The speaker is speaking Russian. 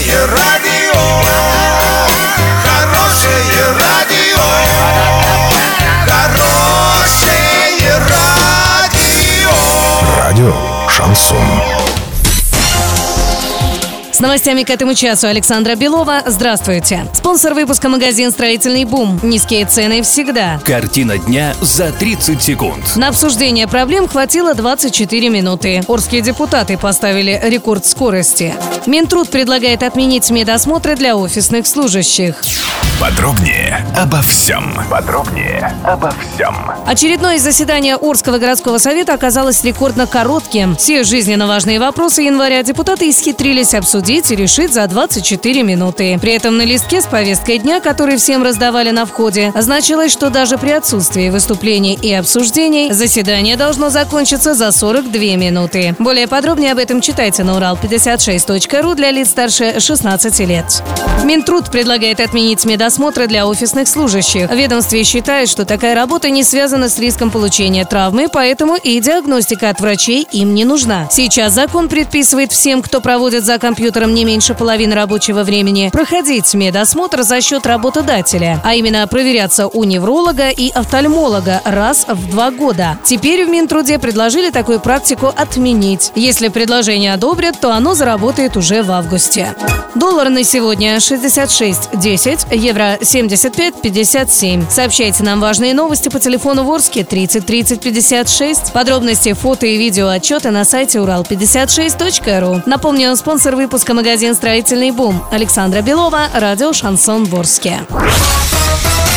Хорошее радио, хорошее радио, хорошее радио. Радио «Шансон». С новостями к этому часу Александра Белова. Здравствуйте. Спонсор выпуска — магазин «Строительный бум». Низкие цены всегда. Картина дня за 30 секунд. На обсуждение проблем хватило 24 минуты. Орские депутаты поставили рекорд скорости. Минтруд предлагает отменить медосмотры для офисных служащих. Подробнее обо всем. Очередное заседание Орского городского совета оказалось рекордно коротким. Все жизненно важные вопросы января депутаты исхитрились обсудить и решить за 24 минуты. При этом на листке с повесткой дня, который всем раздавали на входе, значилось, что даже при отсутствии выступлений и обсуждений заседание должно закончиться за 42 минуты. Более подробнее об этом читайте на урал56.ру для лиц старше 16 лет. Минтруд предлагает отменить медосмотры для офисных служащих. В ведомстве считают, что такая работа не связана с риском получения травмы, поэтому и диагностика от врачей им не нужна. Сейчас закон предписывает всем, кто проводит за компьютером не меньше половины рабочего времени, проходить медосмотр за счет работодателя, а именно проверяться у невролога и офтальмолога раз в 2 года. Теперь в Минтруде предложили такую практику отменить. Если предложение одобрят, то оно заработает уже в августе. Доллар на сегодня 66.10, евро 75.57. Сообщайте нам важные новости по телефону в Орске 30 30 56. Подробности, фото и видео отчеты на сайте урал56.ру. Напомню, спонсор выпуска — магазин «Строительный бум». Александра Белова, радио «Шансон» в Орске.